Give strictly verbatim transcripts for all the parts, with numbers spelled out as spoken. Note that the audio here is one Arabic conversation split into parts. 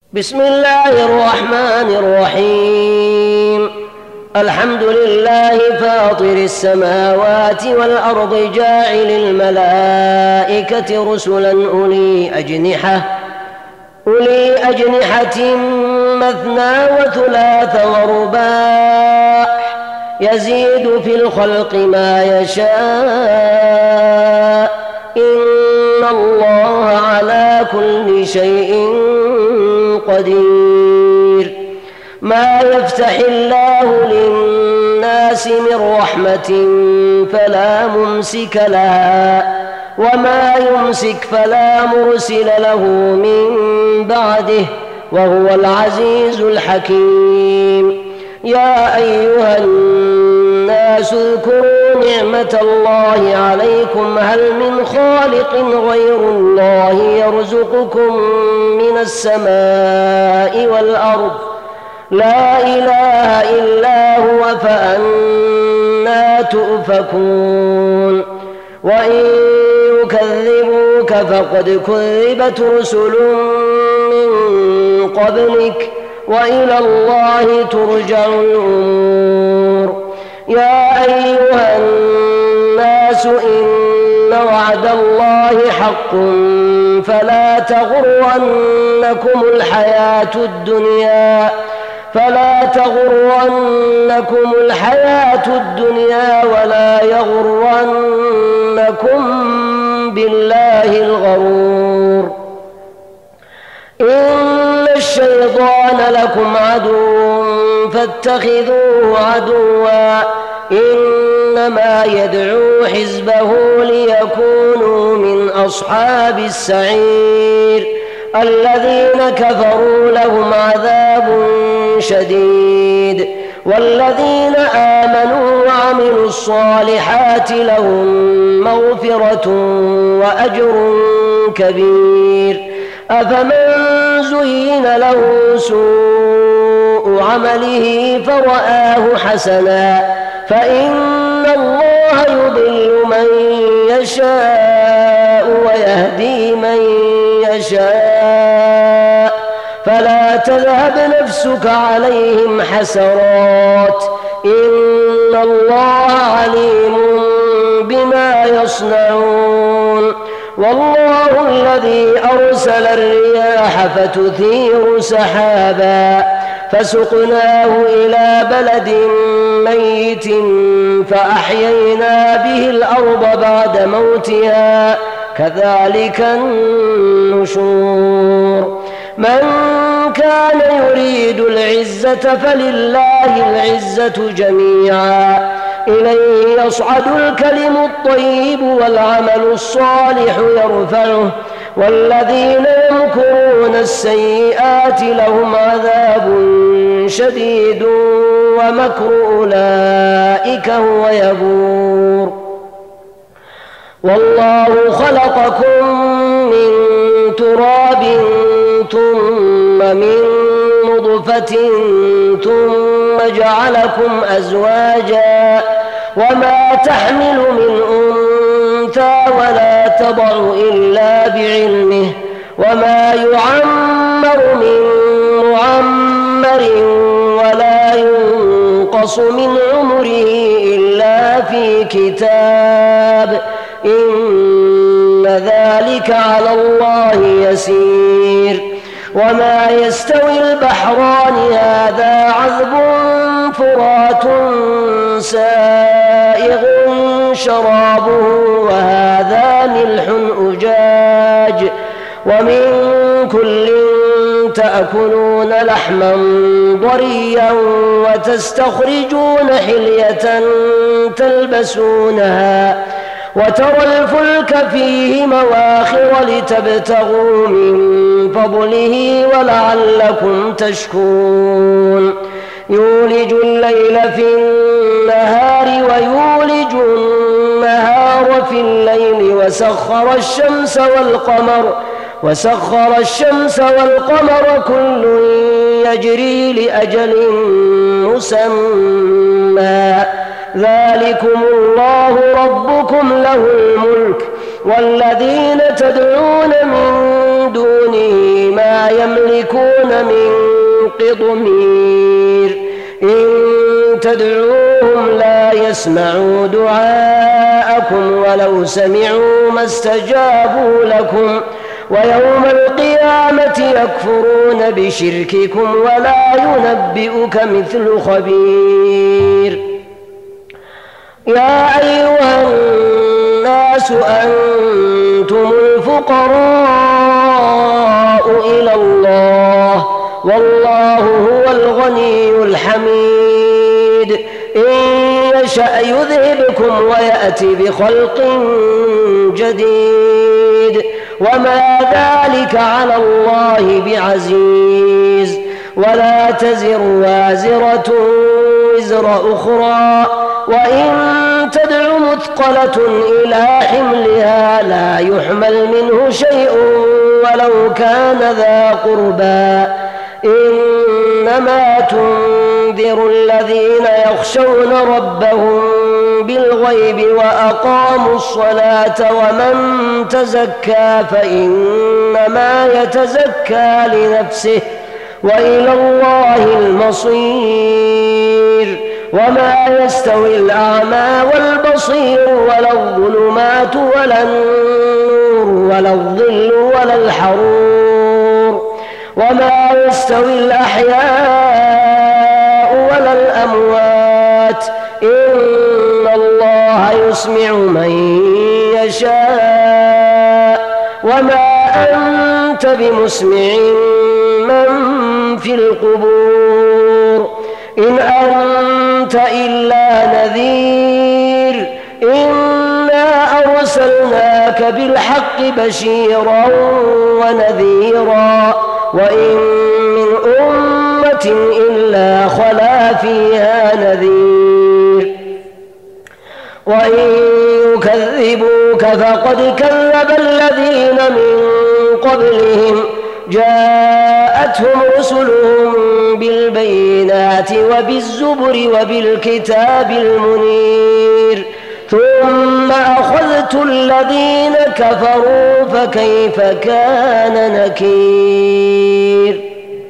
بسم الله الرحمن الرحيم. الحمد لله فاطر السماوات والأرض جاعل الملائكة رسلا أولي أجنحة أولي أجنحة مثنى وثلاث ورباع يزيد في الخلق ما يشاء إن الله على كل شيء قدير. ما يفتح الله للناس من رحمة فلا ممسك لها وما يمسك فلا مرسل له من بعده وهو العزيز الحكيم. يا أيها الناس اذكروا نعمة الله عليكم هل من خالق غير الله يرزقكم من السماء والأرض لا إله إلا هو فأنى تؤفكون. وإن يكذبوك فقد كذبت رسل من قبلك وإلى الله ترجع الأمور. يا أيها الناس إن وعد الله حق فلا تغرنكم الحياة الدنيا فلا تغرنكم الحياة الدنيا ولا يغرنكم بالله الغرور. إن الشيطان لكم عدو فاتخذوه عدوا إنما يدعو حزبه ليكونوا من أصحاب السعير. الذين كفروا لهم عذاب شديد والذين آمنوا وعملوا الصالحات لهم مغفرة وأجر كبير. أفمن زين له سوء عمله فرآه حسنا فإن الله يضل من يشاء ويهدي من يشاء فلا تذهب نفسك عليهم حسرات إن الله عليم بما يصنعون. والله الذي أرسل الرياح فتثير سحابا فسقناه إلى بلد ميت فأحيينا به الأرض بعد موتها كذلك النشور. من كان يريد العزة فلله العزة جميعا إليه يصعد الكلم الطيب والعمل الصالح يرفعه والذين يمكرون السيئات لهم عذاب شديد ومكر أولئك هو يبور. والله خلقكم من تراب ثم من نطفة ثم جعلكم أزواجا وما تحمل من أنثى ولا تضع إلا بعلمه وما يعمر من معمر ولا ينقص من عمره إلا في كتاب إن ذلك على الله يسير. وما يستوي البحران هذا عذب فرات سائغ شرابه وهذا ملح أجاج ومن كل تأكلون لحما ضريا وتستخرجون حلية تلبسونها وترى الفلك فيه مواخر لتبتغوا من فضله ولعلكم تشكرون. يولج الليل في النهار ويولج النهار في الليل وسخر الشمس والقمر وسخر الشمس والقمر كل يجري لأجل مسمى ذلكم الله ربكم له الملك والذين تدعون من دونه ما يملكون من قطمير إن تدعوهم لا يسمعوا دعاءكم ولو سمعوا ما استجابوا لكم ويوم القيامة يكفرون بشرككم ولا ينبئك مثل خبير. يا أيها الناس أنتم الفقراء إلى الله والله هو الغني الحميد إن يشأ يذهبكم ويأتي بخلق جديد وما ذلك على الله بعزيز. ولا تزر وازرة وزر أخرى وإن تدع مثقلة إلى حملها لا يحمل منه شيء ولو كان ذا قربى إنما تنذر الذين يخشون ربهم بالغيب وأقاموا الصلاة ومن تزكى فإنما يتزكى لنفسه وإلى الله المصير. وما يستوي الأعمى والبصير ولا الظلمات ولا النور ولا الظل ولا الحرور وما يستوي الأحياء ولا الأموات إن الله يسمع من يشاء وما أنت بمسمع من في القبور إن أنت إلا نذير إنا أرسلناك بالحق بشيرا ونذيرا وإن من أمة إلا خلا فيها نذير وإن يكذبوك فقد كذب الذين من قبلهم جاءتهم رسلهم بالبينات وبالزبر وبالكتاب المنير ثم أخذت الذين كفروا فكيف كان نكير.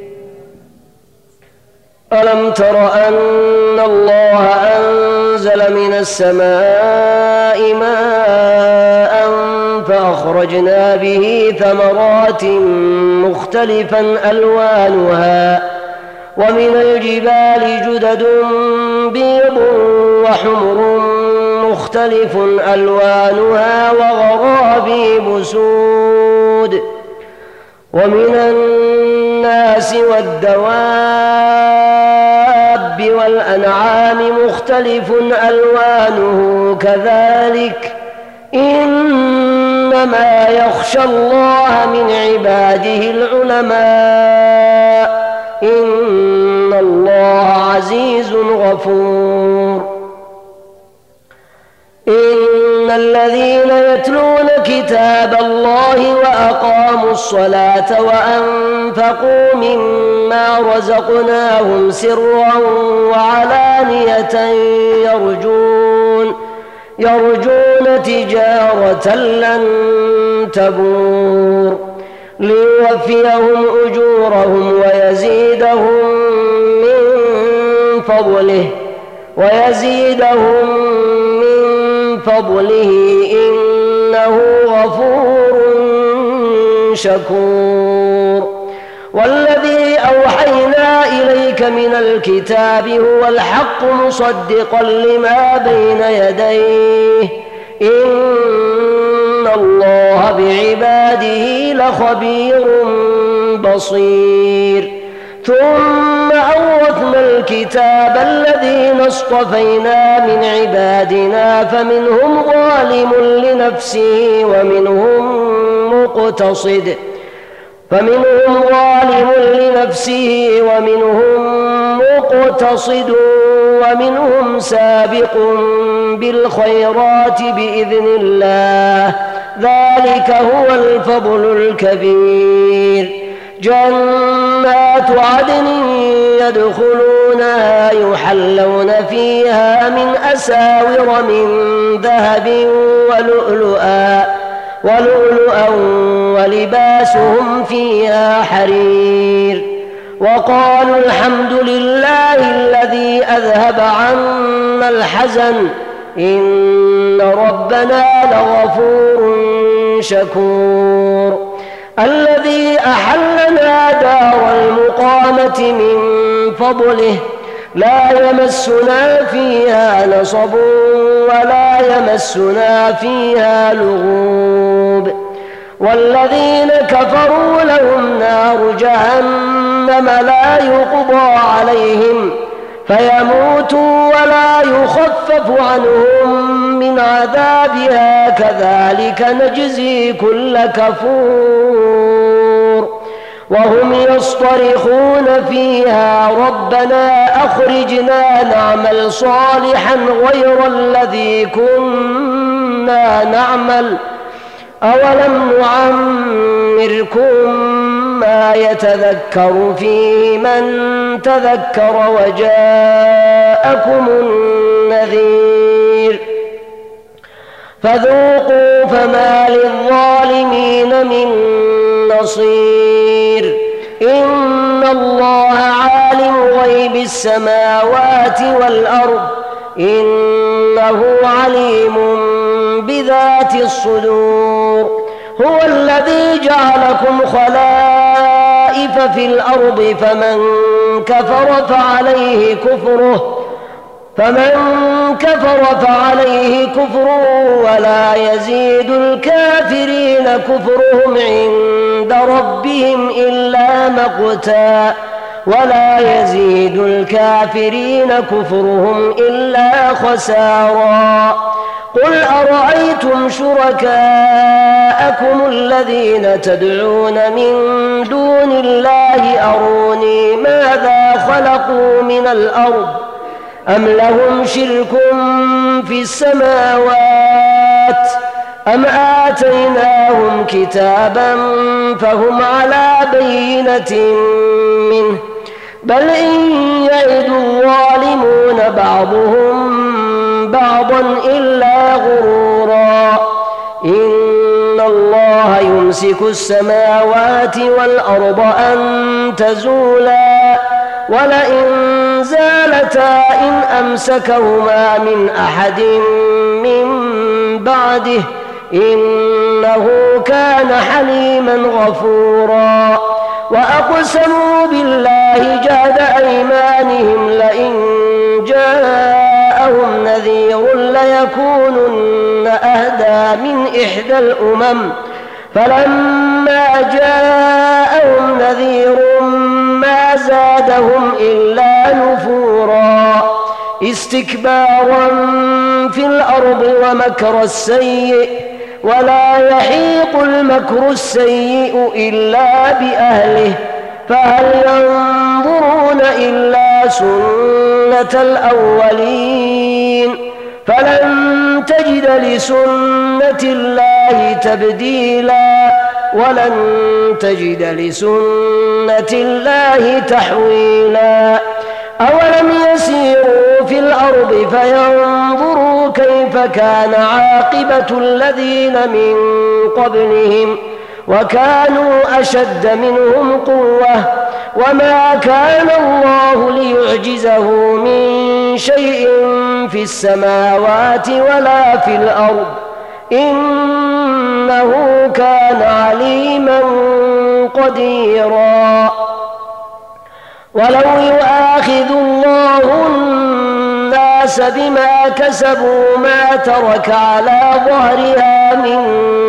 ألم تر أن الله أنزل من السماء ماء فأخرجنا به ثمرات مختلفا ألوانها ومن الجبال جدد بيض وحمر مختلف ألوانها وغرابيب سود ومن الناس والدواب والأنعام مختلف ألوانه كذلك إنما يخشى الله من عباده العلماء إن الله عزيز غفور. إن الذين يتلون كتاب الله وأقاموا الصلاة وأنفقوا مما رزقناهم سرا وعلانية يرجون يرجون تجارة لن تبور ليوفيهم أجورهم ويزيدهم من فضله ويزيدهم من فضله إنه غفور شكور. والذي أوحينا إليك من الكتاب هو الحق مصدقا لما بين يديه إن الله بعباده لخبير بصير. ثم أورثنا الكتاب الذين اصطفينا من عبادنا فمنهم ظالم لنفسه ومنهم مقتصد فمنهم ظالم لنفسه ومنهم مقتصد ومنهم سابق بالخيرات بإذن الله ذلك هو الفضل الكبير. جنات عدن يدخلونها يحلون فيها من أساور من ذهب ولؤلؤا ولؤلؤا ولباسهم فيها حرير. وقالوا الحمد لله الذي أذهب عنا الحزن إن ربنا لغفور شكور. الذي أحلنا دار المقامة من فضله لا يمسنا فيها نصب ولا يمسنا فيها لغوب. والذين كفروا لهم نار جهنم لا يقضى عليهم فيموتوا ولا يخفف عنهم من عذابها كذلك نجزي كل كفور. وهم يصطرخون فيها ربنا أخرجنا نعمل صالحا غير الذي كنا نعمل أولم نعمركم ما يتذكر فيه من تذكر وجاءكم النذير فذوقوا فما للظالمين من نصير. إن الله عالم غيب السماوات والأرض إنه عليم بذات الصدور. هو الذي جعلكم خلائف في الأرض فمن كفر فعليه كفره فمن كفر فعليه كفره ولا يزيد الكافرين كفرهم عند ربهم إلا مقتا ولا يزيد الكافرين كفرهم إلا خسارا. قل أرأيتم شركاءكم الذين تدعون من دون الله أروني ماذا خلقوا من الأرض أم لهم شرك في السماوات أم آتيناهم كتابا فهم على بينة منه بل إن يعد الظالمون بعضهم بعضا إلا غرورا. إن الله يمسك السماوات والأرض أن تزولا ولئن زالتا إن أمسكهما من أحد من بعده إنه كان حليما غفورا. وأقسموا بالله جهد أيمانهم لئن جاءهم نذير ليكونن أهدى من إحدى الأمم فلما جاءهم نذير ما زادهم إلا نفورا استكبارا في الأرض ومكر السيء ولا يحيق المكر السيء إلا بأهله فهل ينظرون إلا سنة الأولين فلن تجد لسنة الله تبديلا ولن تجد لسنة الله تحويلا. أولم يسيروا في الأرض فينظروا كيف كان عاقبة الذين من قبلهم وكانوا أشد منهم قوة وما كان الله ليعجزه من شيء في السماوات ولا في الأرض إنه كان عليما قديرا. ولو يؤاخذ الله الناس بما كسبوا ما ترك على ظهرها من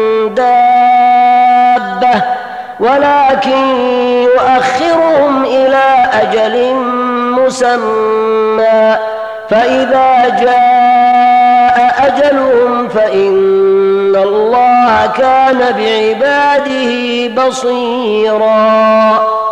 دابة ولكن يؤخرهم إلى أجل مسمى فإذا جاء أجلهم فإن الله كان بعباده بصيرا.